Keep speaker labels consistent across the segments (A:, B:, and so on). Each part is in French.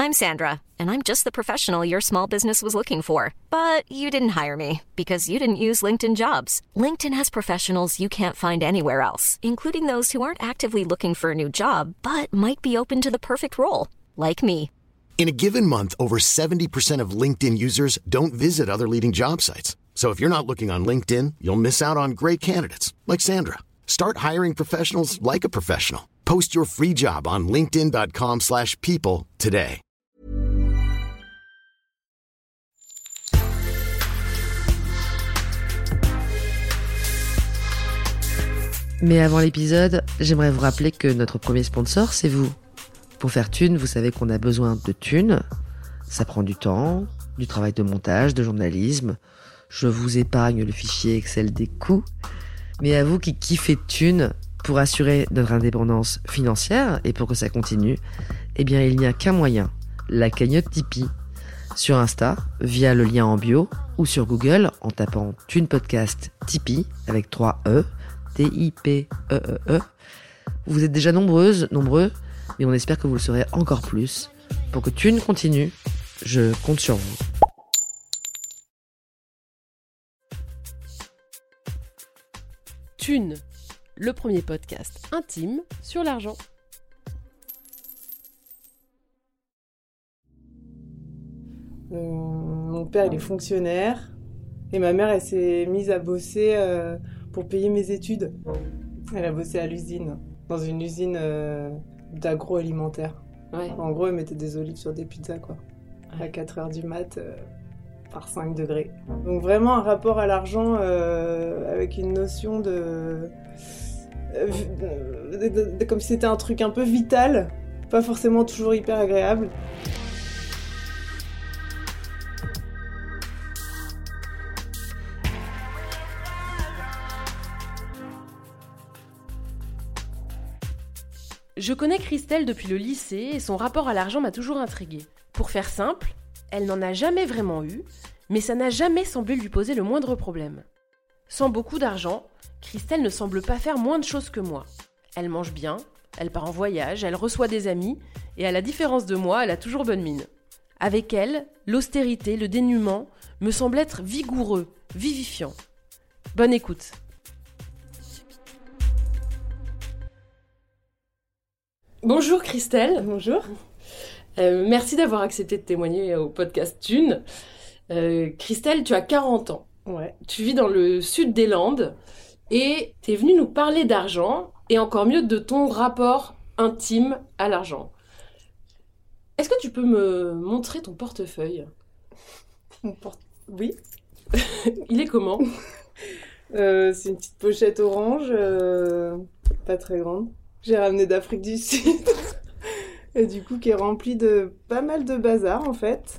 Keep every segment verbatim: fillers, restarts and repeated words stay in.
A: I'm Sandra, and I'm just the professional your small business was looking for. But you didn't hire me because you didn't use LinkedIn Jobs. LinkedIn has professionals you can't find anywhere else, including those who aren't actively looking for a new job, but might be open to the perfect role, like me.
B: In a given month, over seventy percent of LinkedIn users don't visit other leading job sites. So if you're not looking on LinkedIn, you'll miss out on great candidates like Sandra. Start hiring professionals like a professional. Post your free job on linkedin.com slash people today.
C: Mais avant l'épisode, j'aimerais vous rappeler que notre premier sponsor, c'est vous. Pour faire thune, vous savez qu'on a besoin de thunes. Ça prend du temps, du travail de montage, de journalisme. Je vous épargne le fichier Excel des coûts. Mais à vous qui kiffez thunes, pour assurer notre indépendance financière et pour que ça continue, eh bien il n'y a qu'un moyen, la cagnotte Tipeee. Sur Insta, via le lien en bio, ou sur Google en tapant Thune Podcast Tipeee avec trois E, T I P E E E. Vous êtes déjà nombreuses, nombreux, mais on espère que vous le serez encore plus. Pour que Thune continue, je compte sur vous.
D: Thune, le premier podcast intime sur l'argent.
E: Euh, mon père, il est fonctionnaire et ma mère, elle s'est mise à bosser euh, pour payer mes études. Elle a bossé à l'usine, dans une usine euh, d'agroalimentaire.
D: Ouais.
E: En gros, elle mettait des olives sur des pizzas, quoi. Ouais. À quatre heures du mat, euh, par cinq degrés. Donc vraiment un rapport à l'argent euh, avec une notion de... De, de, de, comme si c'était un truc un peu vital, pas forcément toujours hyper agréable.
D: Je connais Christelle depuis le lycée et son rapport à l'argent m'a toujours intriguée. Pour faire simple, elle n'en a jamais vraiment eu, mais ça n'a jamais semblé lui poser le moindre problème. Sans beaucoup d'argent, Christelle ne semble pas faire moins de choses que moi. Elle mange bien, elle part en voyage, elle reçoit des amis, et à la différence de moi, elle a toujours bonne mine. Avec elle, l'austérité, le dénuement me semblent être vigoureux, vivifiants. Bonne écoute. Bonjour Christelle.
E: Bonjour.
D: Euh, merci d'avoir accepté de témoigner au podcast Thune. Euh, Christelle, tu as quarante ans.
E: Ouais.
D: Tu vis dans le sud des Landes et tu es venue nous parler d'argent et encore mieux de ton rapport intime à l'argent. Est-ce que tu peux me montrer ton portefeuille ?
E: Mon porte... Oui.
D: Il est comment ?
E: euh, C'est une petite pochette orange, euh, pas très grande. J'ai ramené d'Afrique du Sud. Et du coup, qui est remplie de pas mal de bazar, en fait.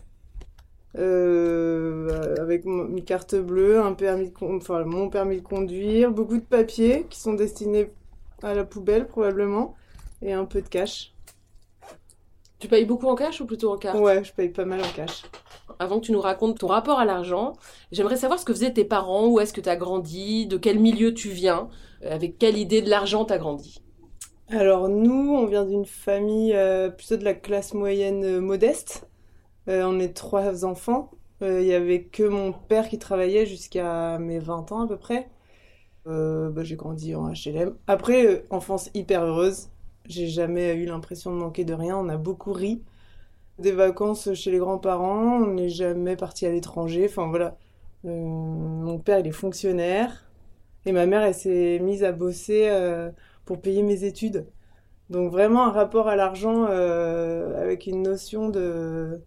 E: Euh, avec une carte bleue, un permis de con... enfin, mon permis de conduire, beaucoup de papiers qui sont destinés à la poubelle, probablement, et un peu de cash.
D: Tu payes beaucoup en cash ou plutôt en carte ?
E: Ouais, je paye pas mal en cash.
D: Avant que tu nous racontes ton rapport à l'argent, j'aimerais savoir ce que faisaient tes parents, où est-ce que tu as grandi, de quel milieu tu viens, avec quelle idée de l'argent tu as grandi.
E: Alors nous, on vient d'une famille euh, plutôt de la classe moyenne euh, modeste. Euh, on est trois enfants. Il euh, y avait que mon père qui travaillait jusqu'à mes vingt ans à peu près. Euh, bah, j'ai grandi en H L M. Après, euh, enfance hyper heureuse. J'ai jamais eu l'impression de manquer de rien. On a beaucoup ri. Des vacances chez les grands-parents. On n'est jamais parti à l'étranger. Enfin voilà. Euh, mon père, il est fonctionnaire. Et ma mère, elle s'est mise à bosser... Euh, pour payer mes études. Donc vraiment un rapport à l'argent euh, avec une notion de...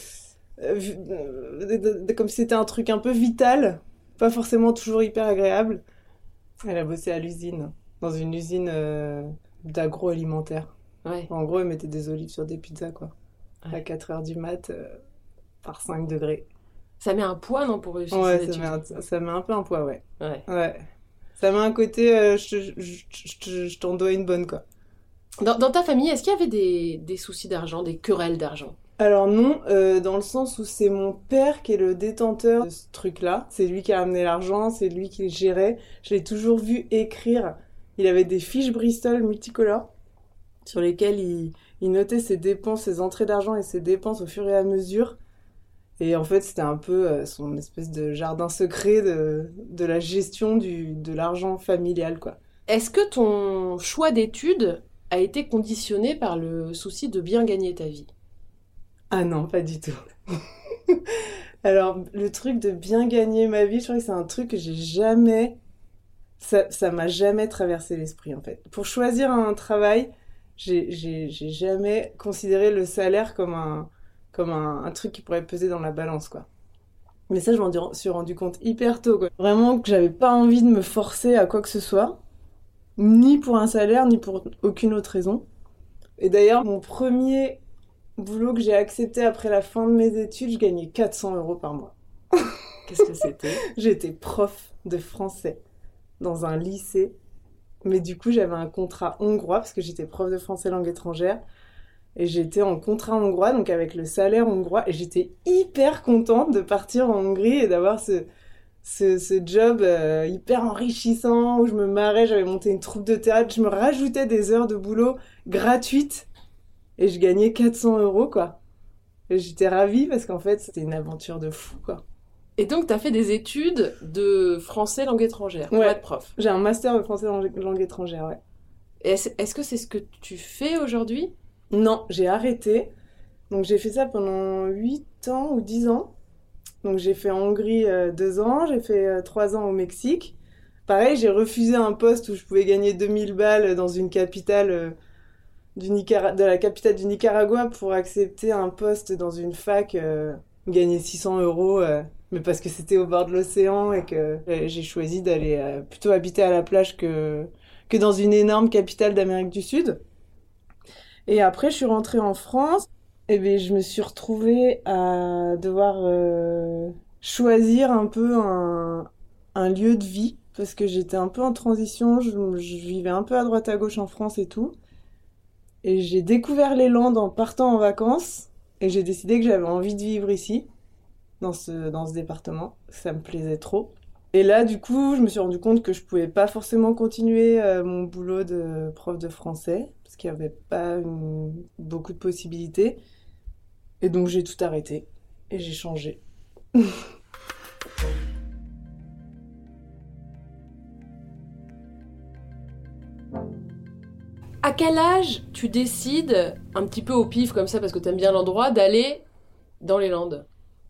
E: De, de, de... Comme si c'était un truc un peu vital, pas forcément toujours hyper agréable. Elle a bossé à l'usine, dans une usine euh, d'agroalimentaire.
D: Ouais.
E: En gros, elle mettait des olives sur des pizzas, quoi. Ouais. À quatre heures du mat, euh, par cinq degrés.
D: Ça met un poids, non, pour réussir
E: ouais,
D: ses
E: ça
D: études.
E: met un, ça met un peu un poids, ouais.
D: Ouais.
E: Ouais. Ça met un côté, euh, je, je, je, je t'en dois une bonne, quoi.
D: Dans, dans ta famille, est-ce qu'il y avait des, des soucis d'argent, des querelles d'argent ?
E: Alors non, euh, dans le sens où c'est mon père qui est le détenteur de ce truc-là. C'est lui qui a amené l'argent, c'est lui qui le gérait. Je l'ai toujours vu écrire. Il avait des fiches Bristol multicolores sur lesquelles il, il notait ses dépenses, ses entrées d'argent et ses dépenses au fur et à mesure. Et en fait, c'était un peu euh, son espèce de jardin secret de, de la gestion du, de l'argent familial, quoi.
D: Est-ce que ton choix d'études a été conditionné par le souci de bien gagner ta vie ?
E: Ah non, pas du tout. Alors, le truc de bien gagner ma vie, je crois que c'est un truc que j'ai jamais... Ça, ça m'a jamais traversé l'esprit, en fait. Pour choisir un travail, j'ai, j'ai, j'ai jamais considéré le salaire comme un, comme un, un truc qui pourrait peser dans la balance, quoi. Mais ça, je m'en suis rendu compte hyper tôt, quoi. Vraiment que j'avais pas envie de me forcer à quoi que ce soit, ni pour un salaire, ni pour aucune autre raison. Et d'ailleurs, mon premier boulot que j'ai accepté après la fin de mes études, je gagnais quatre cents euros par mois.
D: Qu'est-ce que c'était ?
E: J'étais prof de français dans un lycée. Mais du coup, j'avais un contrat hongrois parce que j'étais prof de français langue étrangère. Et j'étais en contrat hongrois, donc avec le salaire hongrois. Et j'étais hyper contente de partir en Hongrie et d'avoir ce, ce, ce job euh, hyper enrichissant où je me marrais. J'avais monté une troupe de théâtre. Je me rajoutais des heures de boulot gratuites. Et je gagnais quatre cents euros, quoi. Et j'étais ravie parce qu'en fait, c'était une aventure de fou, quoi.
D: Et donc, tu as fait des études de français langue étrangère pour
E: Ouais.
D: être prof.
E: J'ai un master de français langue, langue étrangère, ouais.
D: Et est-ce, est-ce que c'est ce que tu fais aujourd'hui ?
E: Non, j'ai arrêté. Donc j'ai fait ça pendant huit ans ou dix ans. Donc j'ai fait en Hongrie euh, deux ans, j'ai fait euh, trois ans au Mexique. Pareil, j'ai refusé un poste où je pouvais gagner deux mille balles dans une capitale... Euh, Du Nicara- de la capitale du Nicaragua pour accepter un poste dans une fac, euh, gagner six cents euros, euh, mais parce que c'était au bord de l'océan et que euh, j'ai choisi d'aller euh, plutôt habiter à la plage que, que dans une énorme capitale d'Amérique du Sud. Et après, je suis rentrée en France, et bien, je me suis retrouvée à devoir euh, choisir un peu un, un lieu de vie, parce que j'étais un peu en transition, je, je vivais un peu à droite à gauche en France et tout. Et j'ai découvert les Landes en partant en vacances. Et j'ai décidé que j'avais envie de vivre ici, dans ce, dans ce département. Ça me plaisait trop. Et là, du coup, je me suis rendu compte que je pouvais pas forcément continuer euh, mon boulot de prof de français, parce qu'il y avait pas une- beaucoup de possibilités. Et donc, j'ai tout arrêté. Et j'ai changé.
D: À quel âge tu décides, un petit peu au pif comme ça parce que t'aimes bien l'endroit, d'aller dans les Landes ?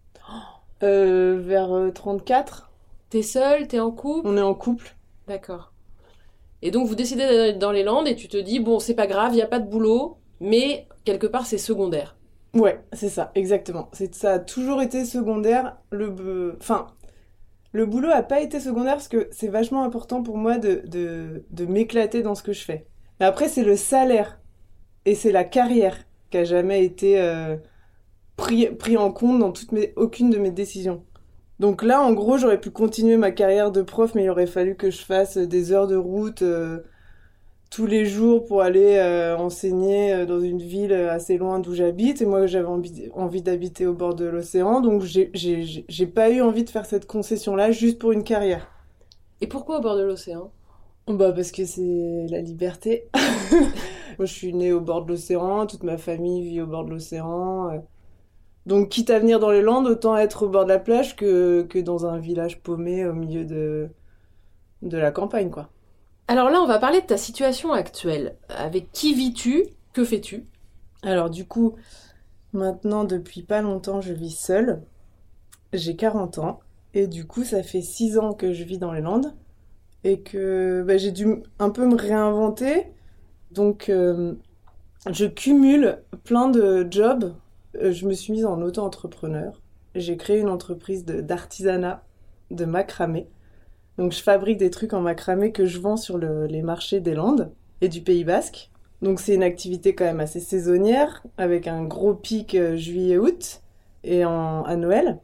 E: Euh, vers euh, trente-quatre,
D: T'es seule, t'es en couple ?
E: on est en couple.
D: D'accord. Et donc vous décidez d'aller dans les Landes et tu te dis, bon, c'est pas grave, il n'y a pas de boulot, mais quelque part c'est secondaire.
E: Ouais, c'est ça, exactement. C'est, ça a toujours été secondaire. Le, be- enfin, le boulot a pas été secondaire parce que c'est vachement important pour moi de, de, de m'éclater dans ce que je fais. Mais après, c'est le salaire et c'est la carrière qui a jamais été euh, pris, pris en compte dans toutes mes, aucune de mes décisions. Donc là, en gros, j'aurais pu continuer ma carrière de prof, mais il aurait fallu que je fasse des heures de route euh, tous les jours pour aller euh, enseigner euh, dans une ville assez loin d'où j'habite. Et moi, j'avais envie, envie d'habiter au bord de l'océan, donc j'ai, j'ai, j'ai j'ai pas eu envie de faire cette concession-là juste pour une carrière.
D: Et pourquoi au bord de l'océan ?
E: Bah parce que c'est la liberté. Moi, je suis née au bord de l'océan, toute ma famille vit au bord de l'océan. euh. Donc, quitte à venir dans les Landes, autant être au bord de la plage que, que dans un village paumé au milieu de, de la campagne, quoi.
D: Alors là, on va parler de ta situation actuelle. Avec qui vis-tu ? Que fais-tu ?
E: Alors, du coup, maintenant, depuis pas longtemps, je vis seule. J'ai quarante ans. Et du coup, ça fait six ans que je vis dans les Landes. Et que bah, j'ai dû un peu me réinventer. Donc, euh, je cumule plein de jobs. Euh, Je me suis mise en auto-entrepreneur. J'ai créé une entreprise de- d'artisanat de macramé. Donc, je fabrique des trucs en macramé que je vends sur le- les marchés des Landes et du Pays Basque. Donc, c'est une activité quand même assez saisonnière, avec un gros pic euh, juillet-août et en, à Noël.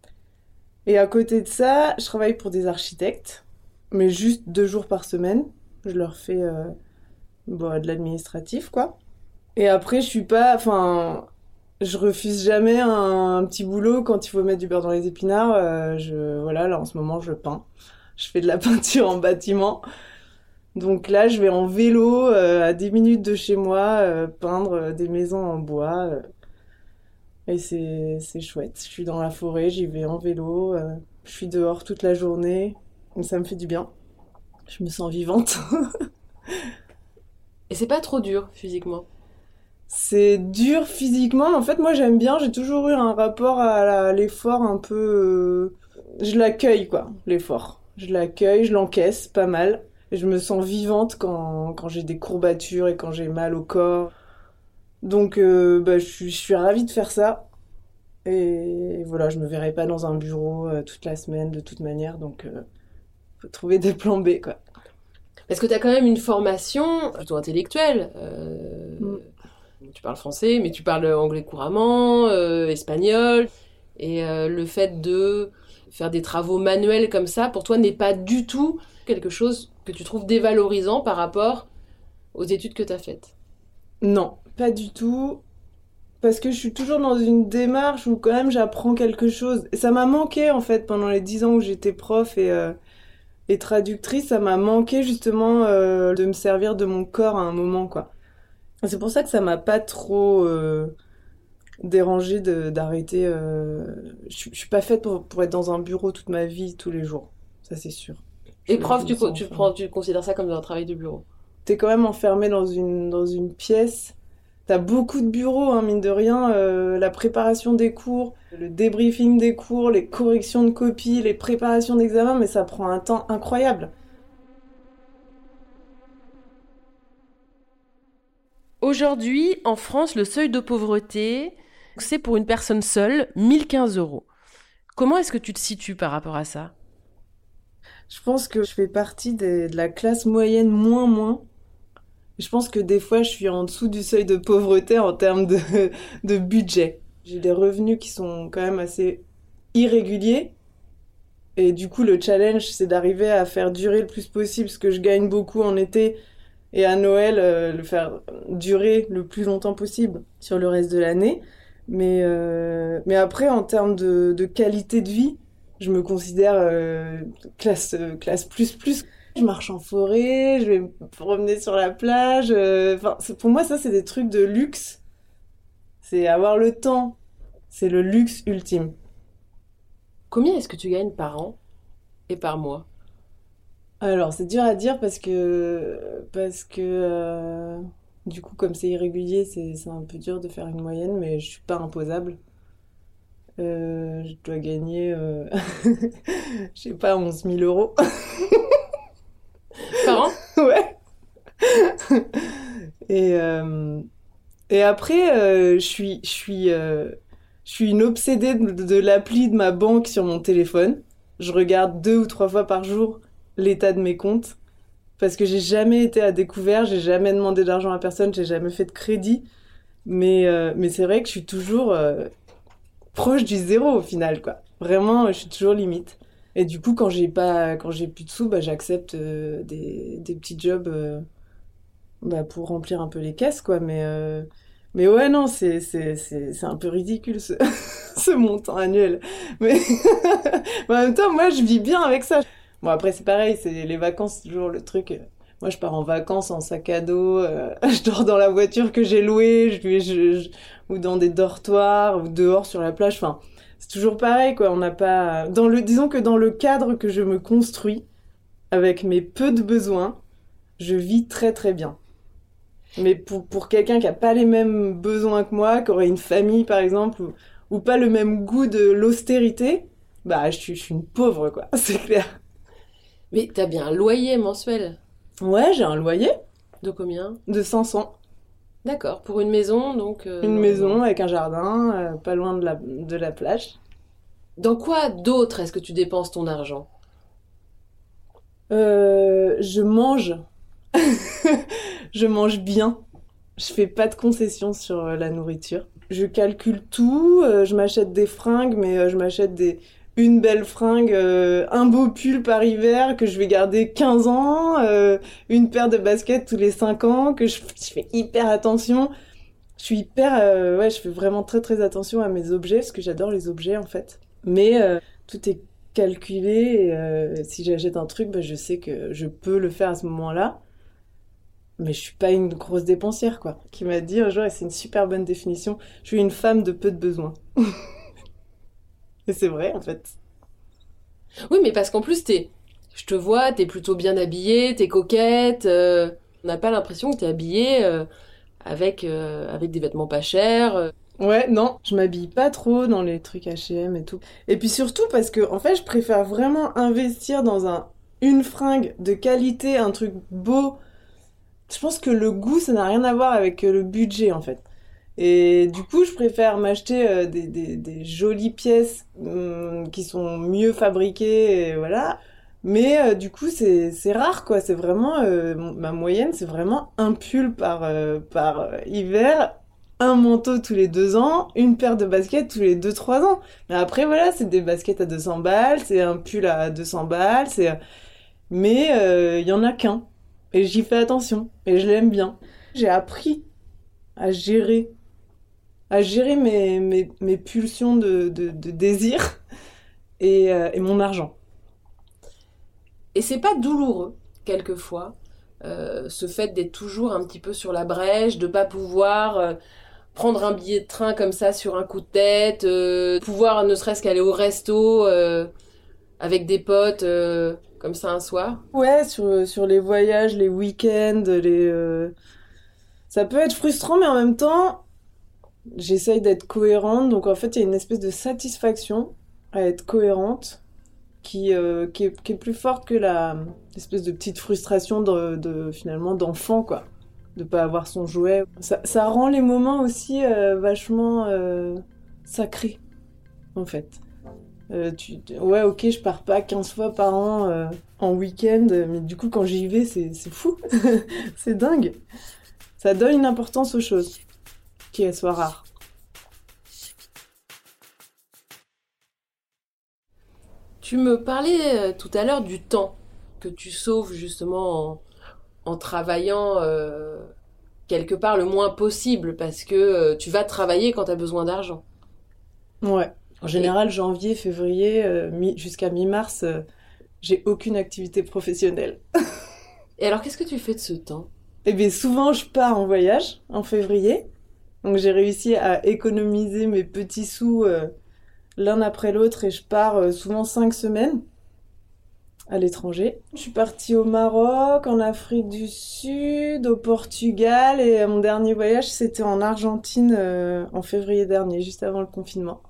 E: Et à côté de ça, je travaille pour des architectes, mais juste deux jours par semaine. Je leur fais euh, bon, de l'administratif, quoi. Et après, je suis pas... Enfin, je refuse jamais un, un petit boulot quand il faut mettre du beurre dans les épinards. Euh, je, voilà, là, en ce moment, je peins. Je fais de la peinture en bâtiment. Donc là, je vais en vélo euh, à dix minutes de chez moi euh, peindre euh, des maisons en bois. euh, et c'est, c'est chouette. Je suis dans la forêt, j'y vais en vélo. euh, je suis dehors toute la journée. Donc ça me fait du bien. Je me sens vivante.
D: Et c'est pas trop dur physiquement?
E: C'est dur physiquement, mais en fait, moi j'aime bien. J'ai toujours eu un rapport à la- l'effort un peu. euh, Je l'accueille, quoi, l'effort. Je l'accueille, je l'encaisse pas mal. Et je me sens vivante quand, quand j'ai des courbatures et quand j'ai mal au corps. Donc, euh, bah, je suis, je suis ravie de faire ça. Et voilà, je me verrai pas dans un bureau euh, toute la semaine de toute manière. Donc, euh, faut trouver des plans B, quoi.
D: Parce que tu as quand même une formation plutôt intellectuelle. Euh,
E: Mm.
D: Tu parles français, mais tu parles anglais couramment, euh, espagnol. Et euh, le fait de faire des travaux manuels comme ça, pour toi, n'est pas du tout quelque chose que tu trouves dévalorisant par rapport aux études que tu as faites.
E: Non, pas du tout. Parce que je suis toujours dans une démarche où quand même j'apprends quelque chose. Et ça m'a manqué en fait pendant les dix ans où j'étais prof et, euh, et traductrice, ça m'a manqué justement euh, de me servir de mon corps à un moment quoi. Et c'est pour ça que ça m'a pas trop euh, dérangé de, d'arrêter. Euh... Je, suis- je suis pas faite pour, pour être dans un bureau toute ma vie, tous les jours. Ça c'est sûr.
D: Et
E: Je-
D: prof,
E: je
D: tu,
E: me
D: co-
E: sens
D: tu,
E: enfermée.
D: prends, tu considères ça comme un travail de bureau?
E: T'es quand même enfermé dans une, dans une pièce. T'as beaucoup de bureaux, hein, mine de rien. euh, la préparation des cours, le débriefing des cours, les corrections de copies, les préparations d'examen, mais ça prend un temps incroyable.
D: Aujourd'hui, en France, le seuil de pauvreté, c'est pour une personne seule, mille quinze euros. Comment est-ce que tu te situes par rapport à ça?
E: Je pense que je fais partie des- de la classe moyenne moins moins. Je pense que des fois, je suis en dessous du seuil de pauvreté en termes de, de budget. J'ai des revenus qui sont quand même assez irréguliers. Et du coup, le challenge, c'est d'arriver à faire durer le plus possible ce que je gagne beaucoup en été et à Noël, euh, le faire durer le plus longtemps possible sur le reste de l'année. Mais, euh, mais après, en termes de, de qualité de vie, je me considère euh, classe, euh, classe plus plus. Je marche en forêt, je vais me promener sur la plage. euh, Enfin, c'est- pour moi, ça, c'est des trucs de luxe. C'est avoir le temps. C'est le luxe ultime.
D: Combien est-ce que tu gagnes par an et par mois?
E: Alors, c'est dur à dire parce que, parce que euh, du coup, comme c'est irrégulier, c'est, c'est un peu dur de faire une moyenne, mais je suis pas imposable. Euh, je dois gagner, euh, je sais pas, onze mille euros.
D: Par an?
E: Ouais. Et, euh, et après, euh, je suis, je suis, euh, je suis une obsédée de, de l'appli de ma banque sur mon téléphone. Je regarde deux ou trois fois par jour l'état de mes comptes. Parce que j'ai jamais été à découvert, j'ai jamais demandé d'argent à personne, j'ai jamais fait de crédit. Mais, euh, mais c'est vrai que je suis toujours euh, proche du zéro au final, quoi. Vraiment, je suis toujours limite. Et du coup, quand j'ai pas, quand j'ai plus de sous, bah, j'accepte euh, des, des petits jobs euh, bah, pour remplir un peu les caisses, quoi. Mais, euh, mais ouais, non, c'est, c'est, c'est, c'est un peu ridicule ce, ce montant annuel. Mais, mais en même temps, moi, je vis bien avec ça. Bon, après, c'est pareil, c'est les vacances, c'est toujours le truc. euh, Moi, je pars en vacances en sac à dos, euh, je dors dans la voiture que j'ai louée, je, je, je- ou dans des dortoirs, ou dehors sur la plage. Enfin, c'est toujours pareil, quoi. On n'a pas, dans le, disons que dans le cadre que je me construis, avec mes peu de besoins, je vis très très bien. Mais pour, pour quelqu'un qui a pas les mêmes besoins que moi, qui aurait une famille par exemple, ou, ou pas le même goût de l'austérité, bah je suis, je suis une pauvre quoi, c'est clair.
D: Mais t'as bien un loyer mensuel.
E: Ouais, j'ai un loyer
D: De combien?
E: de cinq cents.
D: D'accord, pour une maison, donc... euh,
E: Une
D: dans-
E: maison avec un jardin, euh, pas loin de la, de la plage.
D: Dans quoi d'autre est-ce que tu dépenses ton argent?
E: Euh, je mange. Je mange bien. Je fais pas de concessions sur euh, la nourriture. Je calcule tout. euh, je m'achète des fringues, mais euh, je m'achète des une belle fringue, euh, un beau pull par hiver que je vais garder quinze ans, euh, une paire de baskets tous les cinq ans que je, je fais hyper attention. Je suis hyper, euh, ouais, je fais vraiment très très attention à mes objets parce que j'adore les objets en fait. Mais euh, tout est calculé. Et, euh, si j'achète un truc, bah, je sais que je peux le faire à ce moment-là. Mais je suis pas une grosse dépensière, quoi. Qui m'a dit un jour, et c'est une super bonne définition, je suis une femme de peu de besoins. Et c'est vrai, en fait.
D: Oui, mais parce qu'en plus, t'es... je te vois, t'es plutôt bien habillée, t'es coquette. euh, On n'a pas l'impression que t'es habillée euh, avec, euh, avec des vêtements pas chers. euh.
E: Ouais, non, je m'habille pas trop dans les trucs H et M et tout. Et puis surtout parce que, en fait, je préfère vraiment investir dans un, une fringue de qualité, un truc beau. Je pense que le goût, ça n'a rien à voir avec euh, le budget, en fait. Et du coup, je préfère m'acheter euh, des, des, des jolies pièces hum, qui sont mieux fabriquées, et voilà. Mais euh, du coup, c'est c'est rare, quoi. C'est vraiment... euh, mon- ma moyenne, c'est vraiment un pull par, euh, par euh, hiver, un manteau tous les deux ans, une paire de baskets tous les deux, trois ans. Mais après, voilà, c'est des baskets à deux cents balles, c'est un pull à deux cents balles, c'est... Mais euh, il y en a qu'un. Et j'y fais attention. Et je l'aime bien. J'ai appris à gérer à gérer mes, mes, mes pulsions de, de, de désir et, euh, et mon argent.
D: Et c'est pas douloureux, quelquefois, euh, ce fait d'être toujours un petit peu sur la brèche, de pas pouvoir euh, prendre un billet de train comme ça sur un coup de tête, euh, pouvoir ne serait-ce qu'aller au resto euh, avec des potes euh, comme ça un soir.
E: Ouais, sur, sur les voyages, les week-ends, les, euh, ça peut être frustrant, mais en même temps, j'essaye d'être cohérente. Donc en fait, il y a une espèce de satisfaction à être cohérente qui, euh, qui, est, qui est plus forte que la espèce de petite frustration de, de finalement d'enfant, quoi. De pas avoir son jouet. Ça, ça rend les moments aussi euh, vachement euh, sacrés, en fait. Euh, tu, ouais, ok, je pars pas quinze fois par an euh, en week-end, mais du coup, quand j'y vais, c'est, c'est fou. C'est dingue. Ça donne une importance aux choses, qu'elles soient rares.
D: Tu me parlais euh, tout à l'heure du temps que tu sauves justement en, en travaillant euh, quelque part le moins possible parce que euh, tu vas travailler quand tu as besoin d'argent.
E: Ouais. En général, janvier, février, euh, mi- jusqu'à mi-mars, euh, j'ai aucune activité professionnelle.
D: Et alors, qu'est-ce que tu fais de ce temps?
E: Et bien, souvent, je pars en voyage en février. Donc, j'ai réussi à économiser mes petits sous euh, l'un après l'autre et je pars euh, souvent cinq semaines à l'étranger. Je suis partie au Maroc, en Afrique du Sud, au Portugal et euh, mon dernier voyage, c'était en Argentine euh, en février dernier, juste avant le confinement.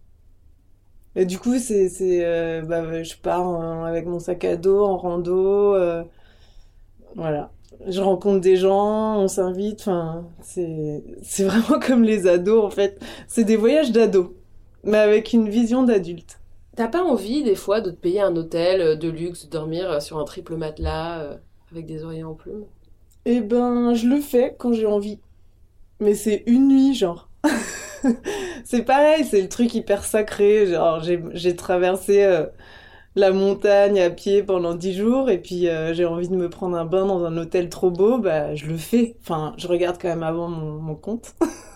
E: Et du coup, c'est, c'est, euh, bah, je pars en- avec mon sac à dos, en rando, euh, voilà. Je rencontre des gens, on s'invite, enfin, c'est, c'est vraiment comme les ados, en fait. C'est des voyages d'ados, mais avec une vision d'adulte.
D: T'as pas envie, des fois, de te payer un hôtel euh, de luxe, de dormir euh, sur un triple matelas euh, avec des oreillers en plumes?
E: Eh ben, je le fais quand j'ai envie. Mais c'est une nuit, genre. C'est pareil, c'est le truc hyper sacré. Genre, j'ai, j'ai traversé euh, la montagne à pied pendant dix jours et puis euh, j'ai envie de me prendre un bain dans un hôtel trop beau, bah je le fais. Enfin, je regarde quand même avant mon, mon compte.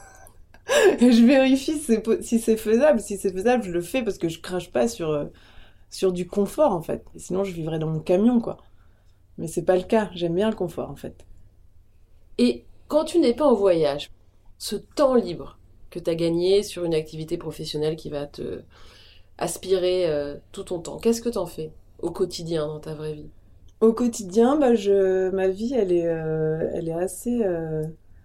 E: Et je vérifie si c'est, po- si c'est faisable. Si c'est faisable, je le fais parce que je crache pas sur, euh, sur du confort en fait. Sinon, je vivrais dans mon camion, quoi. Mais c'est pas le cas. J'aime bien le confort en fait.
D: Et quand tu n'es pas en voyage, ce temps libre que t'as gagné sur une activité professionnelle qui va te aspirer euh, tout ton temps, qu'est-ce que t'en fais au quotidien dans ta vraie vie?
E: Au quotidien, bah je, ma vie, elle est, euh, elle est assez. euh,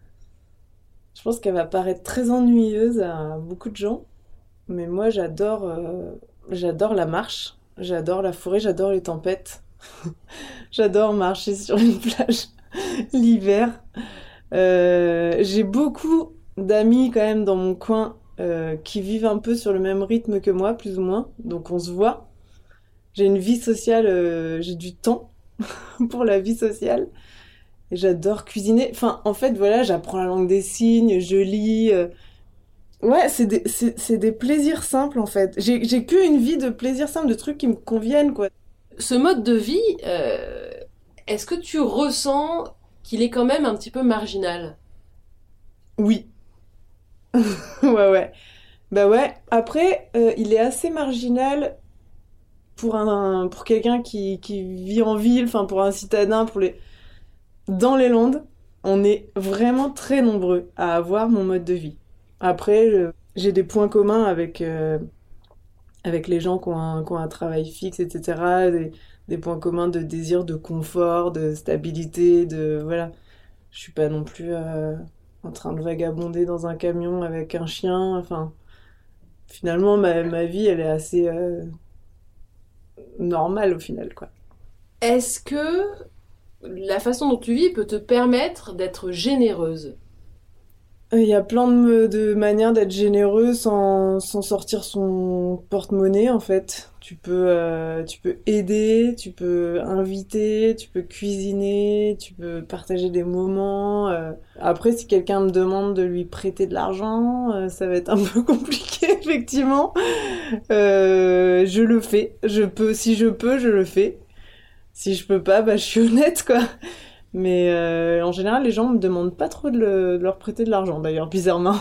E: Je pense qu'elle va paraître très ennuyeuse à beaucoup de gens, mais moi, j'adore, euh, j'adore la marche, j'adore la forêt, j'adore les tempêtes, j'adore marcher sur une plage l'hiver. Euh, j'ai beaucoup d'amis quand même dans mon coin euh, qui vivent un peu sur le même rythme que moi, plus ou moins, donc on se voit. J'ai une vie sociale, euh, j'ai du temps pour la vie sociale. Et j'adore cuisiner. Enfin, en fait, voilà, j'apprends la langue des signes, je lis. euh. Ouais, c'est des, c'est, c'est des plaisirs simples, en fait. J'ai, j'ai que une vie de plaisirs simples, de trucs qui me conviennent, quoi.
D: Ce mode de vie, euh, est-ce que tu ressens qu'il est quand même un petit peu marginal?
E: Oui. Ouais, ouais. Bah ouais. Après, euh, il est assez marginal pour un pour quelqu'un qui qui vit en ville, enfin pour un citadin, pour les dans les Landes, on est vraiment très nombreux à avoir mon mode de vie. Après, je, j'ai des points communs avec euh, avec les gens qui ont un qui ont un travail fixe, et cetera. Des, des points communs de désir de confort, de stabilité, de voilà. Je suis pas non plus euh, en train de vagabonder dans un camion avec un chien. Enfin, finalement, ma ma vie, elle est assez euh, normale au final, quoi.
D: Est-ce que la façon dont tu vis peut te permettre d'être généreuse?
E: Il y a plein de, de manières d'être généreux sans, sans sortir son porte-monnaie, en fait. Tu peux, euh, tu peux aider, tu peux inviter, tu peux cuisiner, tu peux partager des moments. euh. Après, si quelqu'un me demande de lui prêter de l'argent, euh, ça va être un peu compliqué, effectivement. Euh, je le fais. Je peux, si je peux, je le fais. Si je peux pas, bah, je suis honnête, quoi. Mais euh, en général, les gens me demandent pas trop de, le- de leur prêter de l'argent, d'ailleurs, bizarrement.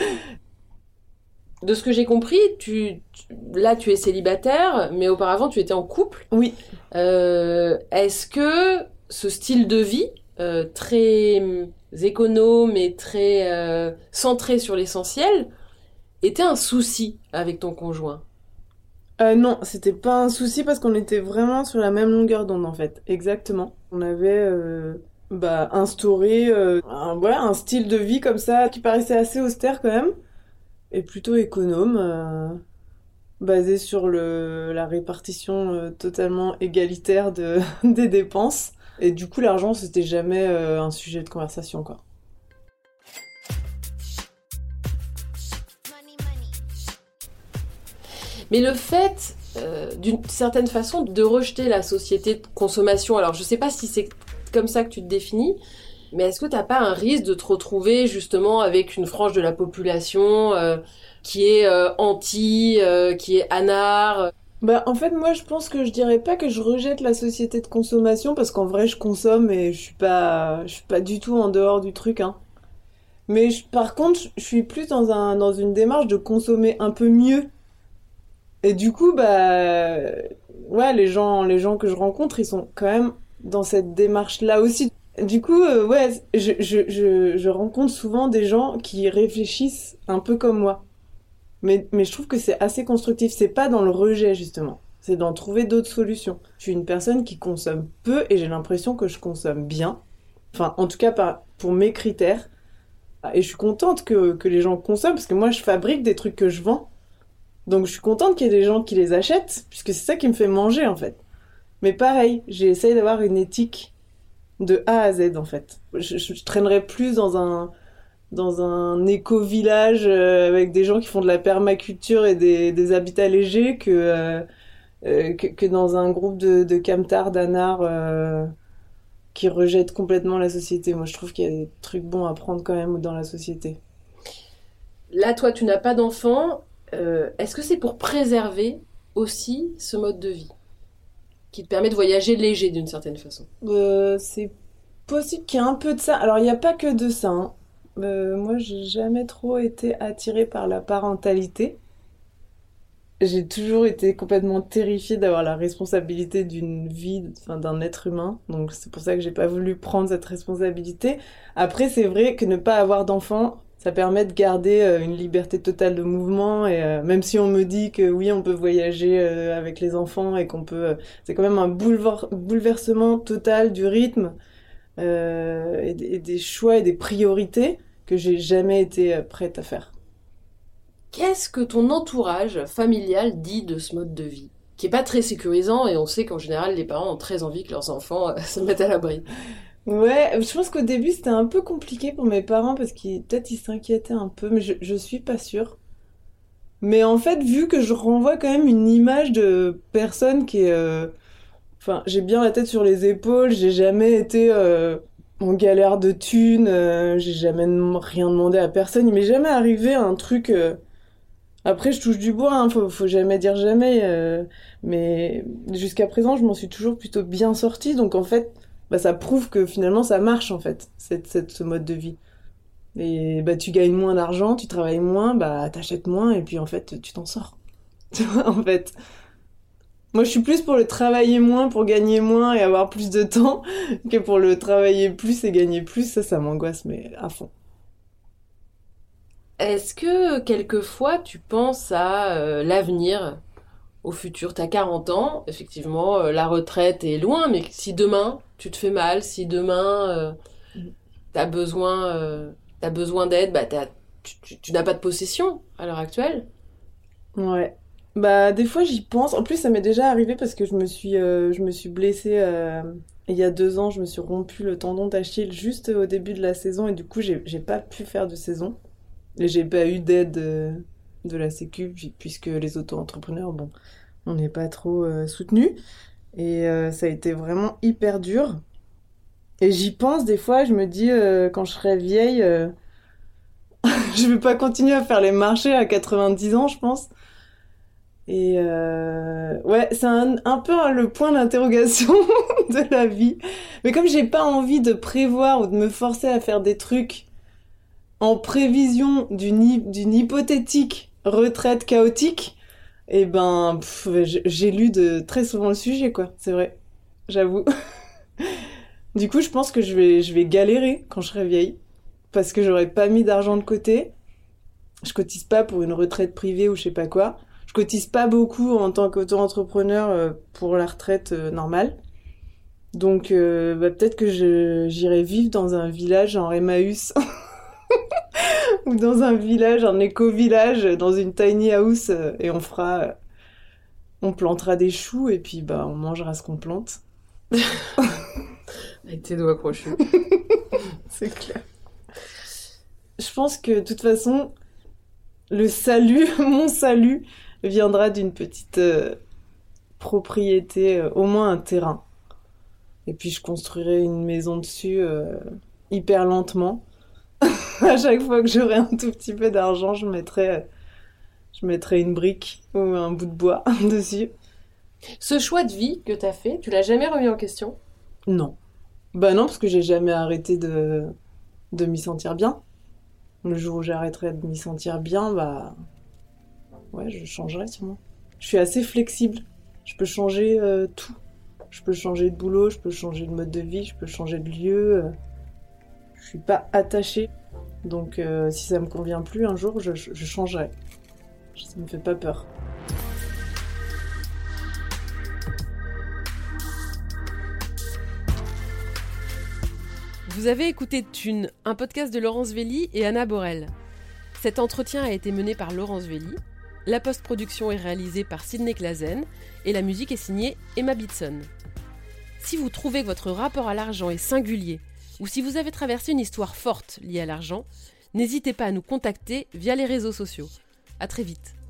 D: De ce que j'ai compris, tu, tu- là tu es célibataire, mais auparavant tu étais en couple.
E: Oui.
D: Euh, est-ce que ce style de vie, euh, très hum, économe et très euh, centré sur l'essentiel, était un souci avec ton conjoint?
E: Euh, non, c'était pas un souci parce qu'on était vraiment sur la même longueur d'onde, en fait. Exactement. On avait euh, bah, instauré euh, un, ouais, un style de vie comme ça qui paraissait assez austère quand même et plutôt économe, euh, basé sur le, la répartition euh, totalement égalitaire de, des dépenses. Et du coup, l'argent, c'était jamais euh, un sujet de conversation, quoi.
D: Mais le fait, euh, d'une certaine façon, de rejeter la société de consommation, alors je sais pas si c'est comme ça que tu te définis, mais est-ce que t'as pas un risque de te retrouver justement avec une frange de la population euh, qui est euh, anti, euh, qui est anard?
E: Bah, en fait, moi, je pense que je dirais pas que je rejette la société de consommation parce qu'en vrai, je consomme et je suis pas, je suis pas du tout en dehors du truc, hein. Mais je- par contre, je suis plus dans un, dans une démarche de consommer un peu mieux. Et du coup, bah, ouais, les gens, les gens que je rencontre, ils sont quand même dans cette démarche-là aussi. Du coup, euh, ouais, je, je, je, je rencontre souvent des gens qui réfléchissent un peu comme moi. Mais, mais je trouve que c'est assez constructif. C'est pas dans le rejet, justement. C'est d'en trouver d'autres solutions. Je suis une personne qui consomme peu et j'ai l'impression que je consomme bien. Enfin, en tout cas, pas pour mes critères. Et je suis contente que, que les gens consomment parce que moi, je fabrique des trucs que je vends. Donc, je suis contente qu'il y ait des gens qui les achètent puisque c'est ça qui me fait manger, en fait. Mais pareil, j'essaye d'avoir une éthique de A à Z, en fait. Je, je, je traînerais plus dans un dans un éco-village euh, avec des gens qui font de la permaculture et des, des habitats légers que, euh, euh, que, que dans un groupe de, de camtards, d'anards euh, qui rejettent complètement la société. Moi, je trouve qu'il y a des trucs bons à prendre quand même dans la société.
D: Là, toi, tu n'as pas d'enfant. Euh, est-ce que c'est pour préserver aussi ce mode de vie qui te permet de voyager léger d'une certaine façon?
E: Euh, c'est possible qu'il y ait un peu de ça. Alors, il n'y a pas que de ça, hein. Euh, moi, j'ai jamais trop été attirée par la parentalité. J'ai toujours été complètement terrifiée d'avoir la responsabilité d'une vie, enfin d'un être humain. Donc c'est pour ça que j'ai pas voulu prendre cette responsabilité. Après, c'est vrai que ne pas avoir d'enfant, ça permet de garder euh, une liberté totale de mouvement. Et euh, même si on me dit que oui, on peut voyager euh, avec les enfants et qu'on peut, euh, c'est quand même un boulever- bouleversement total du rythme euh, et, des- et des choix et des priorités que j'ai jamais été euh, prête à faire.
D: Qu'est-ce que ton entourage familial dit de ce mode de vie, qui est pas très sécurisant, et on sait qu'en général les parents ont très envie que leurs enfants euh, se mettent à l'abri?
E: Ouais, je pense qu'au début c'était un peu compliqué pour mes parents parce qu'ils peut-être ils s'inquiétaient un peu, mais je, je suis pas sûre. Mais en fait, vu que je renvoie quand même une image de personne qui est, euh, enfin, j'ai bien la tête sur les épaules, j'ai jamais été euh, en galère de thunes, euh, j'ai jamais dem- rien demandé à personne, il m'est jamais arrivé un truc. euh, Après, je touche du bois, hein, faut, faut jamais dire jamais. euh, Mais jusqu'à présent, je m'en suis toujours plutôt bien sortie. Donc en fait, bah, ça prouve que finalement, ça marche en fait, cette, cette, ce mode de vie. Et bah, tu gagnes moins d'argent, tu travailles moins, bah, t'achètes moins, et puis en fait, tu t'en sors. Tu vois, en fait. Moi, je suis plus pour le travailler moins, pour gagner moins et avoir plus de temps, que pour le travailler plus et gagner plus. Ça, ça m'angoisse, mais à fond.
D: Est-ce que, quelquefois, tu penses à euh, l'avenir, au futur? T'as quarante ans, effectivement, euh, la retraite est loin, mais si demain, tu te fais mal, si demain, euh, t'as besoin, euh, t'as besoin d'aide, bah, t'as, tu, tu, tu n'as pas de possession à l'heure actuelle.
E: Ouais. Bah, des fois, j'y pense. En plus, ça m'est déjà arrivé parce que je me suis, euh, je me suis blessée euh, il y a deux ans. Je me suis rompu le tendon d'Achille juste au début de la saison et du coup, j'ai, j'ai pas pu faire de saison. Et j'ai pas eu d'aide euh, de la Sécu puis- puisque les auto-entrepreneurs, bon, on n'est pas trop euh, soutenus. Et euh, ça a été vraiment hyper dur. Et j'y pense des fois, je me dis, euh, quand je serai vieille, euh, je vais pas continuer à faire les marchés à quatre-vingt-dix ans, je pense. Et euh, ouais, c'est un, un peu hein, le point d'interrogation de la vie. Mais comme j'ai pas envie de prévoir ou de me forcer à faire des trucs en prévision d'une, hy- d'une hypothétique retraite chaotique, et ben pff, j- j'ai lu de très souvent le sujet, quoi. C'est vrai, j'avoue. Du coup, je pense que je vais, je vais galérer quand je serai vieille parce que j'aurai pas mis d'argent de côté. Je cotise pas pour une retraite privée ou je sais pas quoi. Je cotise pas beaucoup en tant qu'auto-entrepreneur euh, pour la retraite euh, normale. Donc euh, bah, peut-être que je, j'irai vivre dans un village en Emmaüs ou dans un village, un éco-village, dans une tiny house euh, et on fera, euh, on plantera des choux et puis bah on mangera ce qu'on plante.
D: Avec tes doigts crochus.
E: C'est clair. Je pense que de toute façon, le salut, mon salut, viendra d'une petite euh, propriété, euh, au moins un terrain. Et puis je construirai une maison dessus euh, hyper lentement. À chaque fois que j'aurai un tout petit peu d'argent, je mettrai, euh, je mettrai une brique ou un bout de bois dessus.
D: Ce choix de vie que t'as fait, tu l'as jamais remis en question?
E: Non. Bah non, parce que j'ai jamais arrêté de, de m'y sentir bien. Le jour où j'arrêterai de m'y sentir bien, bah... ouais, je changerai sûrement. Je suis assez flexible. Je peux changer euh, tout. Je peux changer de boulot, je peux changer de mode de vie, je peux changer de lieu. euh. Je suis pas attachée. Donc euh, si ça me convient plus, un jour, je, je changerai. Ça me fait pas peur.
D: Vous avez écouté Thune, un podcast de Laurence Velli et Anna Borel. Cet entretien a été mené par Laurence Velli, la post-production est réalisée par Sidney Clazen et la musique est signée Emma Bitson. Si vous trouvez que votre rapport à l'argent est singulier ou si vous avez traversé une histoire forte liée à l'argent, n'hésitez pas à nous contacter via les réseaux sociaux. À très vite.